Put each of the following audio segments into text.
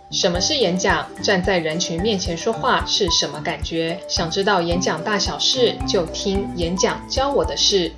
什么是演讲？站在人群面前说话是什么感觉？想知道演讲大小事，就听演讲教我的事。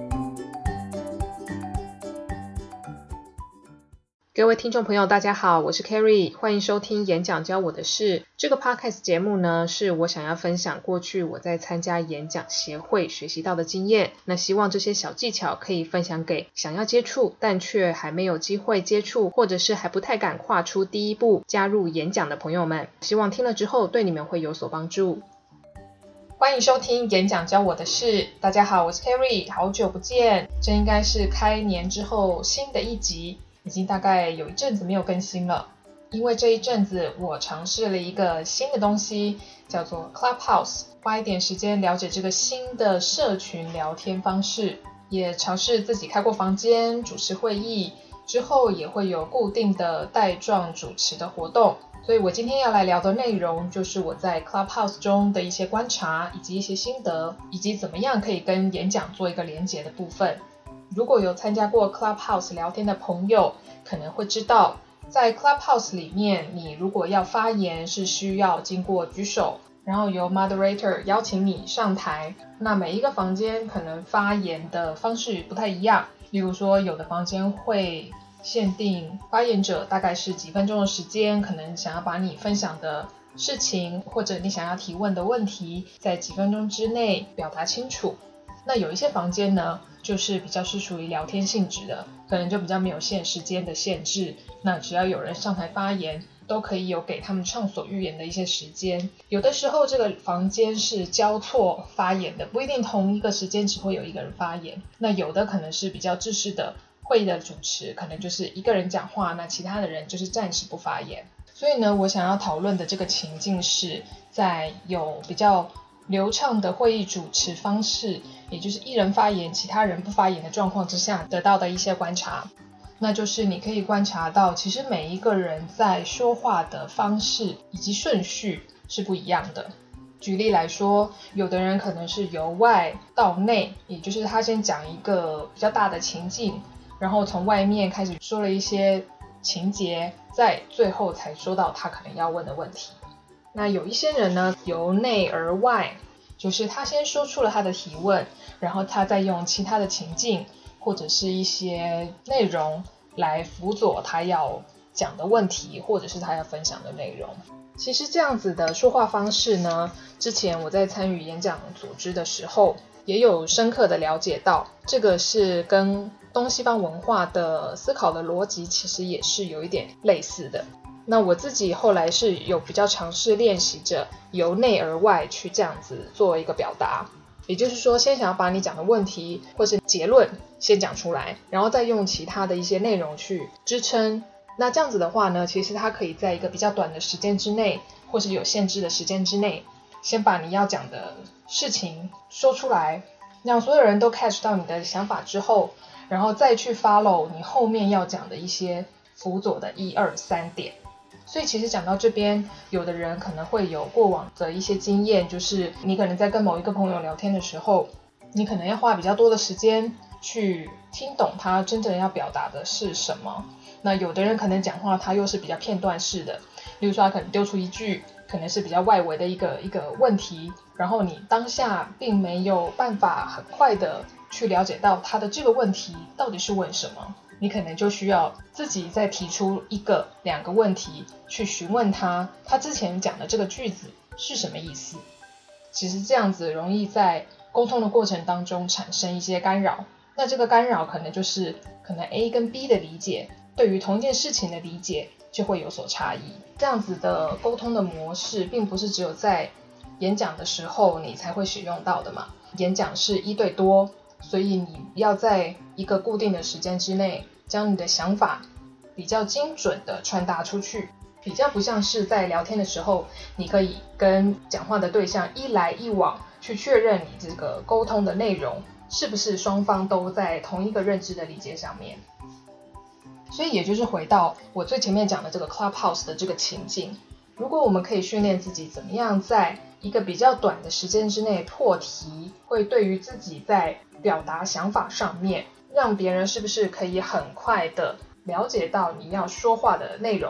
各位听众朋友大家好，我是 Carrie， 欢迎收听演讲教我的事。这个 podcast 节目呢，是我想要分享过去我在参加演讲协会学习到的经验，那希望这些小技巧可以分享给想要接触但却还没有机会接触，或者是还不太敢跨出第一步加入演讲的朋友们，希望听了之后对你们会有所帮助。欢迎收听演讲教我的事。大家好，我是 Carrie， 好久不见，这应该是开年之后新的一集，已经大概有一阵子没有更新了，因为这一阵子我尝试了一个新的东西，叫做 Clubhouse， 花一点时间了解这个新的社群聊天方式，也尝试自己开过房间，主持会议，之后也会有固定的带状主持的活动。所以我今天要来聊的内容就是我在 Clubhouse 中的一些观察，以及一些心得，以及怎么样可以跟演讲做一个连结的部分。如果有参加过 Clubhouse 聊天的朋友，可能会知道，在 Clubhouse 里面，你如果要发言是需要经过举手，然后由 Moderator 邀请你上台。那每一个房间可能发言的方式不太一样，例如说有的房间会限定发言者大概是几分钟的时间，可能想要把你分享的事情或者你想要提问的问题在几分钟之内表达清楚。那有一些房间呢，就是比较是属于聊天性质的，可能就比较没有时间的限制，那只要有人上台发言，都可以有给他们畅所欲言的一些时间。有的时候这个房间是交错发言的，不一定同一个时间只会有一个人发言，那有的可能是比较制式的会议的主持，可能就是一个人讲话，那其他的人就是暂时不发言。所以呢，我想要讨论的这个情境是在有比较流畅的会议主持方式，也就是一人发言其他人不发言的状况之下得到的一些观察。那就是你可以观察到，其实每一个人在说话的方式以及顺序是不一样的。举例来说，有的人可能是由外到内，也就是他先讲一个比较大的情境，然后从外面开始说了一些情节，在最后才说到他可能要问的问题。那有一些人呢，由内而外，就是他先说出了他的提问，然后他再用其他的情境或者是一些内容来辅佐他要讲的问题，或者是他要分享的内容。其实这样子的说话方式呢，之前我在参与演讲组织的时候也有深刻的了解到，这个是跟东西方文化的思考的逻辑其实也是有一点类似的。那我自己后来是有比较尝试练习着由内而外去这样子做一个表达，也就是说先想要把你讲的问题或是结论先讲出来，然后再用其他的一些内容去支撑。那这样子的话呢，其实它可以在一个比较短的时间之内，或是有限制的时间之内，先把你要讲的事情说出来，让所有人都 catch 到你的想法之后，然后再去 follow 你后面要讲的一些辅佐的1、2、3点。所以其实讲到这边，有的人可能会有过往的一些经验，就是你可能在跟某一个朋友聊天的时候，你可能要花比较多的时间去听懂他真正要表达的是什么。那有的人可能讲话他又是比较片段式的，例如说他可能丢出一句可能是比较外围的一个问题，然后你当下并没有办法很快的去了解到他的这个问题到底是问什么，你可能就需要自己再提出1个、2个问题去询问他之前讲的这个句子是什么意思。其实这样子容易在沟通的过程当中产生一些干扰，那这个干扰可能就是可能 A 跟 B 的理解对于同一件事情的理解就会有所差异。这样子的沟通的模式并不是只有在演讲的时候你才会使用到的嘛，演讲是1对多，所以你要在一个固定的时间之内将你的想法比较精准的传达出去，比较不像是在聊天的时候你可以跟讲话的对象一来一往去确认你这个沟通的内容是不是双方都在同一个认知的理解上面。所以也就是回到我最前面讲的这个 Clubhouse 的这个情境，如果我们可以训练自己怎么样在一个比较短的时间之内破题，会对于自己在表达想法上面，让别人是不是可以很快的了解到你要说话的内容，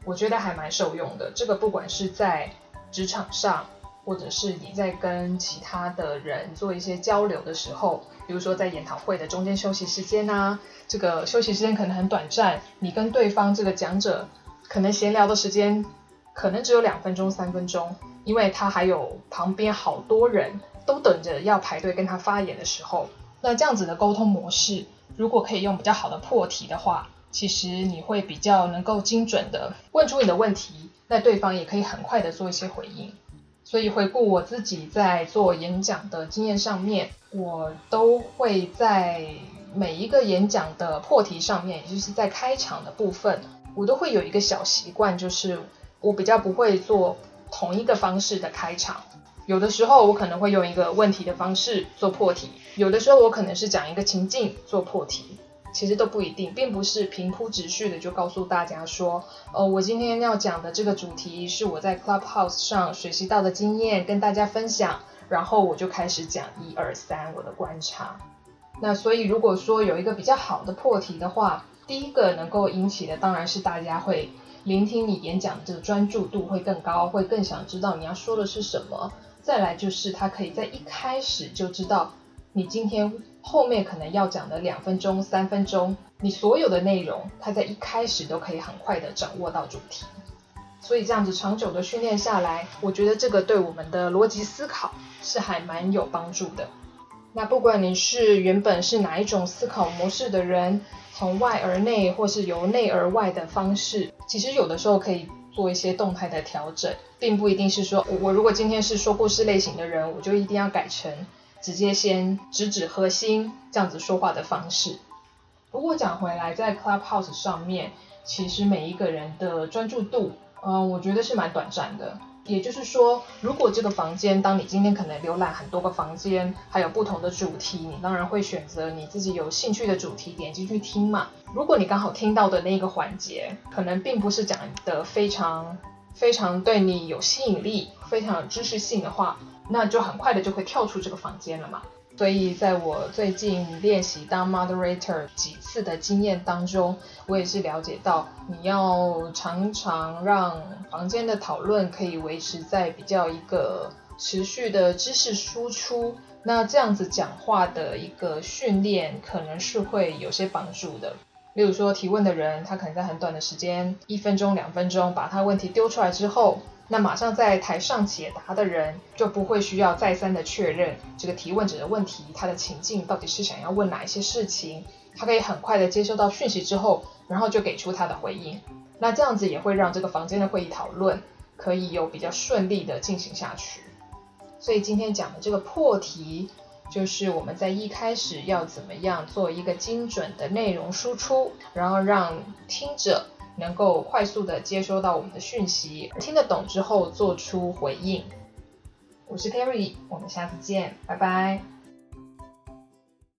我觉得还蛮受用的。这个不管是在职场上，或者是你在跟其他的人做一些交流的时候，比如说在研讨会的中间休息时间啊，这个休息时间可能很短暂，你跟对方这个讲者可能闲聊的时间可能只有2分钟3分钟，因为他还有旁边好多人都等着要排队跟他发言的时候，那这样子的沟通模式如果可以用比较好的破题的话，其实你会比较能够精准的问出你的问题，那对方也可以很快的做一些回应。所以回顾我自己在做演讲的经验上面，我都会在每一个演讲的破题上面，也就是在开场的部分，我都会有一个小习惯，就是我比较不会做同一个方式的开场。有的时候我可能会用一个问题的方式做破题，有的时候我可能是讲一个情境做破题，其实都不一定，并不是平铺直叙的就告诉大家说，我今天要讲的这个主题是我在 Clubhouse 上学习到的经验，跟大家分享，然后我就开始讲1、2、3我的观察。那所以如果说有一个比较好的破题的话，第一个能够引起的当然是大家会聆听你演讲的这个专注度会更高，会更想知道你要说的是什么。再来就是他可以在一开始就知道你今天后面可能要讲的2分钟3分钟，你所有的内容他在一开始都可以很快的掌握到主题。所以这样子长久的训练下来，我觉得这个对我们的逻辑思考是还蛮有帮助的。那不管你是原本是哪一种思考模式的人，从外而内或是由内而外的方式，其实有的时候可以做一些动态的调整，并不一定是说我如果今天是说故事类型的人，我就一定要改成直接先直指核心这样子说话的方式。不过讲回来，在 Clubhouse 上面，其实每一个人的专注度，我觉得是蛮短暂的。也就是说，如果这个房间，当你今天可能浏览很多个房间，还有不同的主题，你当然会选择你自己有兴趣的主题点进去听嘛。如果你刚好听到的那个环节，可能并不是讲的非常对你有吸引力，非常有知识性的话，那就很快的就会跳出这个房间了嘛。所以在我最近练习当 moderator 几次的经验当中，我也是了解到你要常常让房间的讨论可以维持在比较一个持续的知识输出，那这样子讲话的一个训练可能是会有些帮助的。例如说提问的人，他可能在很短的时间1分钟2分钟把他问题丢出来之后，那马上在台上解答的人就不会需要再三的确认这个提问者的问题，他的情境到底是想要问哪一些事情，他可以很快的接收到讯息之后，然后就给出他的回应。那这样子也会让这个房间的会议讨论可以有比较顺利的进行下去。所以今天讲的这个破题，就是我们在一开始要怎么样做一个精准的内容输出，然后让听者能够快速的接收到我们的讯息，听得懂之后做出回应。我是 Carrie， 我们下次见，拜拜。